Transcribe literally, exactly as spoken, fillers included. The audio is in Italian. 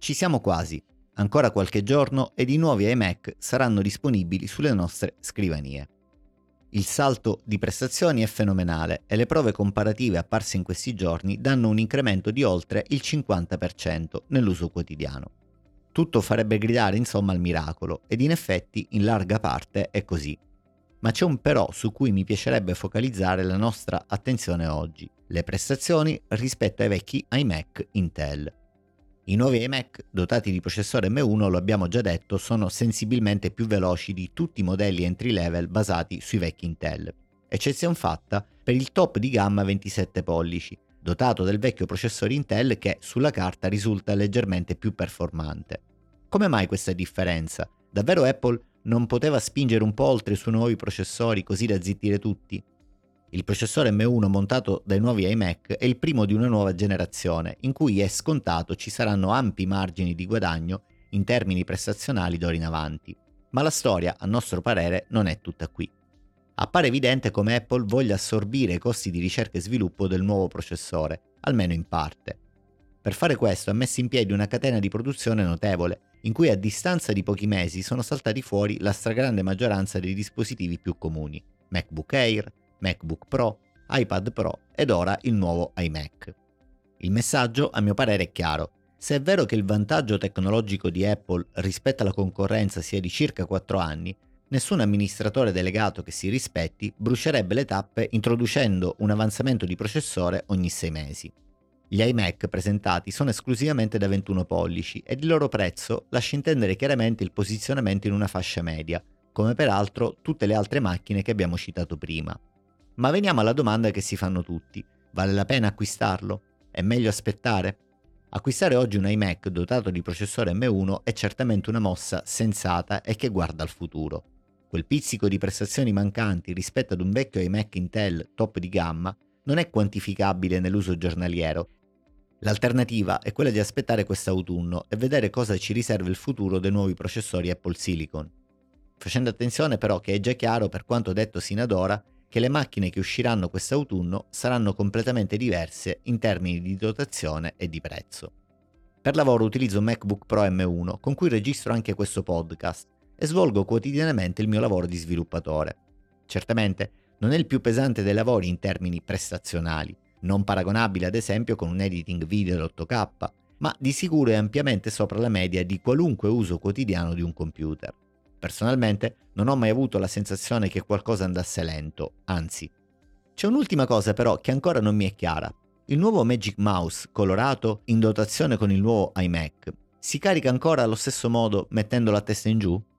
Ci siamo quasi, ancora qualche giorno ed i nuovi iMac saranno disponibili sulle nostre scrivanie. Il salto di prestazioni è fenomenale e le prove comparative apparse in questi giorni danno un incremento di oltre il cinquanta per cento nell'uso quotidiano. Tutto farebbe gridare insomma al miracolo ed in effetti in larga parte è così. Ma c'è un però su cui mi piacerebbe focalizzare la nostra attenzione oggi: le prestazioni rispetto ai vecchi iMac Intel. I nuovi iMac dotati di processore M uno, lo abbiamo già detto, sono sensibilmente più veloci di tutti i modelli entry level basati sui vecchi Intel, eccezion fatta per il top di gamma ventisette pollici, dotato del vecchio processore Intel che sulla carta risulta leggermente più performante. Come mai questa differenza? Davvero Apple non poteva spingere un po' oltre i suoi nuovi processori così da zittire tutti? Il processore M uno montato dai nuovi iMac è il primo di una nuova generazione, in cui è scontato ci saranno ampi margini di guadagno in termini prestazionali d'ora in avanti. Ma la storia, a nostro parere, non è tutta qui. Appare evidente come Apple voglia assorbire i costi di ricerca e sviluppo del nuovo processore, almeno in parte. Per fare questo ha messo in piedi una catena di produzione notevole, in cui a distanza di pochi mesi sono saltati fuori la stragrande maggioranza dei dispositivi più comuni: MacBook Air, MacBook Pro, iPad Pro ed ora il nuovo iMac. Il messaggio, a mio parere, è chiaro. Se è vero che il vantaggio tecnologico di Apple rispetto alla concorrenza sia di circa quattro anni, nessun amministratore delegato che si rispetti brucerebbe le tappe introducendo un avanzamento di processore ogni sei mesi. Gli iMac presentati sono esclusivamente da ventuno pollici ed il loro prezzo lascia intendere chiaramente il posizionamento in una fascia media, come peraltro tutte le altre macchine che abbiamo citato prima. Ma veniamo alla domanda che si fanno tutti: vale la pena acquistarlo? È meglio aspettare? Acquistare oggi un iMac dotato di processore M uno è certamente una mossa sensata e che guarda al futuro. Quel pizzico di prestazioni mancanti rispetto ad un vecchio iMac Intel top di gamma non è quantificabile nell'uso giornaliero. L'alternativa è quella di aspettare quest'autunno e vedere cosa ci riserva il futuro dei nuovi processori Apple Silicon. Facendo attenzione però che è già chiaro, per quanto detto sino ad ora, che le macchine che usciranno quest'autunno saranno completamente diverse in termini di dotazione e di prezzo. Per lavoro utilizzo un MacBook Pro M uno con cui registro anche questo podcast e svolgo quotidianamente il mio lavoro di sviluppatore. Certamente non è il più pesante dei lavori in termini prestazionali, non paragonabile ad esempio con un editing video da otto K, ma di sicuro è ampiamente sopra la media di qualunque uso quotidiano di un computer. Personalmente non ho mai avuto la sensazione che qualcosa andasse lento, anzi. C'è un'ultima cosa però che ancora non mi è chiara. Il nuovo Magic Mouse colorato in dotazione con il nuovo iMac si carica ancora allo stesso modo mettendolo a testa in giù?